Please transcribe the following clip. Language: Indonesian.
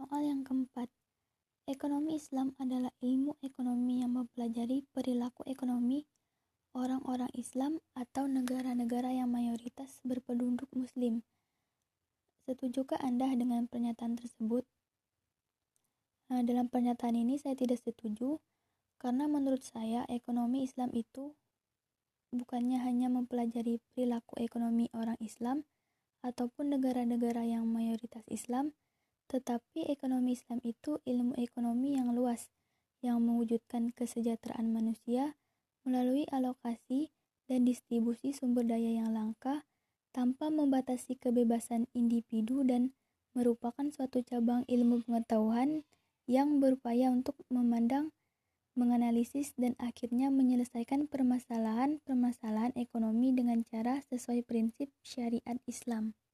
Soal yang keempat, ekonomi Islam adalah ilmu ekonomi yang mempelajari perilaku ekonomi orang-orang Islam atau negara-negara yang mayoritas berpenduduk Muslim. Setujukah Anda dengan pernyataan tersebut? Dalam pernyataan ini saya tidak setuju, karena menurut saya ekonomi Islam itu bukannya hanya mempelajari perilaku ekonomi orang Islam ataupun negara-negara yang mayoritas Islam, tetapi ekonomi Islam itu ilmu ekonomi yang luas, yang mewujudkan kesejahteraan manusia melalui alokasi dan distribusi sumber daya yang langka tanpa membatasi kebebasan individu dan merupakan suatu cabang ilmu pengetahuan yang berupaya untuk memandang, menganalisis, dan akhirnya menyelesaikan permasalahan-permasalahan ekonomi dengan cara sesuai prinsip syariat Islam.